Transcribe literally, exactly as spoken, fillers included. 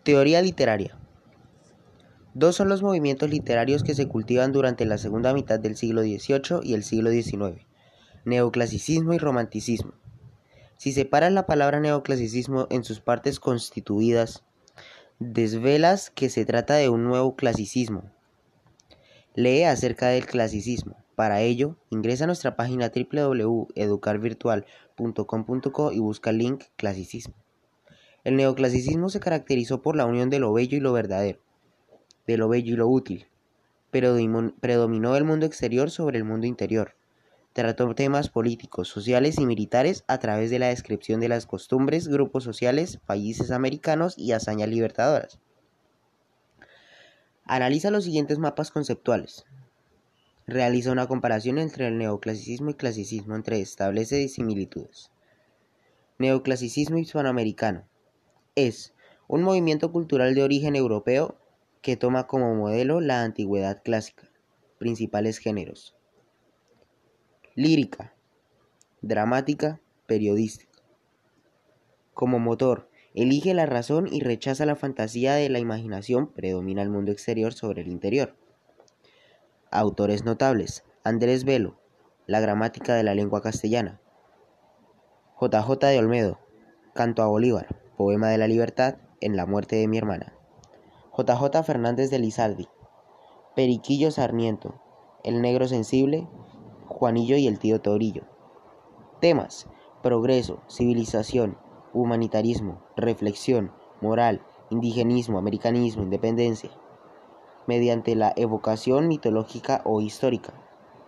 Teoría literaria. Dos son los movimientos literarios que se cultivan durante la segunda mitad del siglo dieciocho y el siglo diecinueve: neoclasicismo y romanticismo. Si separas la palabra neoclasicismo en sus partes constituidas, desvelas que se trata de un nuevo clasicismo. Lee acerca del clasicismo. Para ello, ingresa a nuestra página doble u doble u doble u punto educar virtual punto com punto co y busca el link clasicismo. El neoclasicismo se caracterizó por la unión de lo bello y lo verdadero, de lo bello y lo útil, pero predominó el mundo exterior sobre el mundo interior. Trató temas políticos, sociales y militares a través de la descripción de las costumbres, grupos sociales, países americanos y hazañas libertadoras. Analiza los siguientes mapas conceptuales. Realiza una comparación entre el neoclasicismo y clasicismo, entre establece similitudes. Neoclasicismo hispanoamericano es un movimiento cultural de origen europeo que toma como modelo la antigüedad clásica. Principales géneros: lírica, dramática, periodística. Como motor, elige la razón y rechaza la fantasía de la imaginación, predomina el mundo exterior sobre el interior. Autores notables: Andrés Bello, La gramática de la lengua castellana. J J de Olmedo, Canto a Bolívar, Poema de la libertad, En la muerte de mi hermana. J J Fernández de Lizaldi, Periquillo Sarmiento, El negro sensible, Juanillo y el tío Torillo. Temas: progreso, civilización, humanitarismo, reflexión, moral, indigenismo, americanismo, independencia, mediante la evocación mitológica o histórica.